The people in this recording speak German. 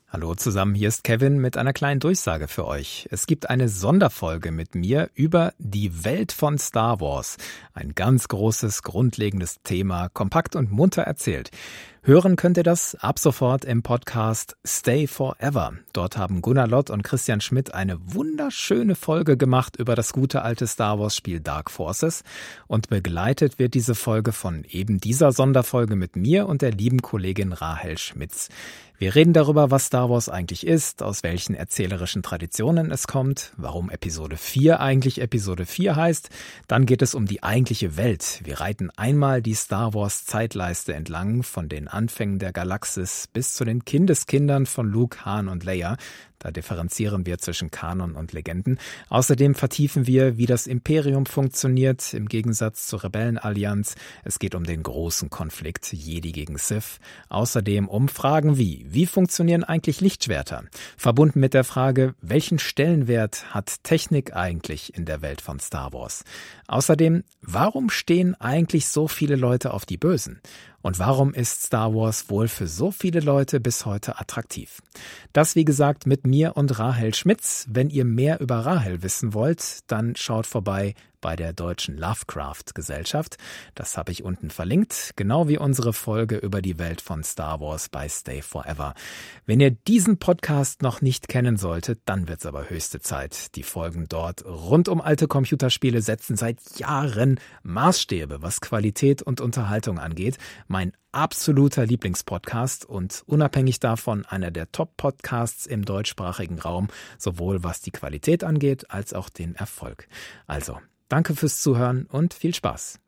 Hallo zusammen, hier ist Kevin mit einer kleinen Durchsage für euch. Es gibt eine Sonderfolge mit mir über die Welt von Star Wars. Ein ganz großes, grundlegendes Thema, kompakt und munter erzählt. Hören könnt ihr das ab sofort im Podcast Stay Forever. Dort haben Gunnar Lott und Christian Schmidt eine wunderschöne Folge gemacht über das gute alte Star Wars Spiel Dark Forces. Und begleitet wird diese Folge von eben dieser Sonderfolge mit mir und der lieben Kollegin Rahel Schmitz. Wir reden darüber, was Star Wars eigentlich ist, aus welchen erzählerischen Traditionen es kommt, warum Episode 4 eigentlich Episode 4 heißt. Dann geht es um die eigentliche Welt. Wir reiten einmal die Star Wars Zeitleiste entlang, von den Anfängen der Galaxis bis zu den Kindeskindern von Luke, Han und Leia. Da differenzieren wir zwischen Kanon und Legenden. Außerdem vertiefen wir, wie das Imperium funktioniert, im Gegensatz zur Rebellenallianz. Es geht um den großen Konflikt Jedi gegen Sith. Außerdem um Fragen wie funktionieren eigentlich Lichtschwerter? Verbunden mit der Frage, welchen Stellenwert hat Technik eigentlich in der Welt von Star Wars? Außerdem, warum stehen eigentlich so viele Leute auf die Bösen? Und warum ist Star Wars wohl für so viele Leute bis heute attraktiv? Das, wie gesagt, mit mir und Rahel Schmitz. Wenn ihr mehr über Rahel wissen wollt, dann schaut vorbei bei der Deutschen Lovecraft-Gesellschaft. Das habe ich unten verlinkt, genau wie unsere Folge über die Welt von Star Wars bei Stay Forever. Wenn ihr diesen Podcast noch nicht kennen solltet, dann wird's aber höchste Zeit. Die Folgen dort rund um alte Computerspiele setzen seit Jahren Maßstäbe, was Qualität und Unterhaltung angeht. Mein absoluter Lieblingspodcast und unabhängig davon einer der Top-Podcasts im deutschsprachigen Raum, sowohl was die Qualität angeht, als auch den Erfolg. Also, danke fürs Zuhören und viel Spaß.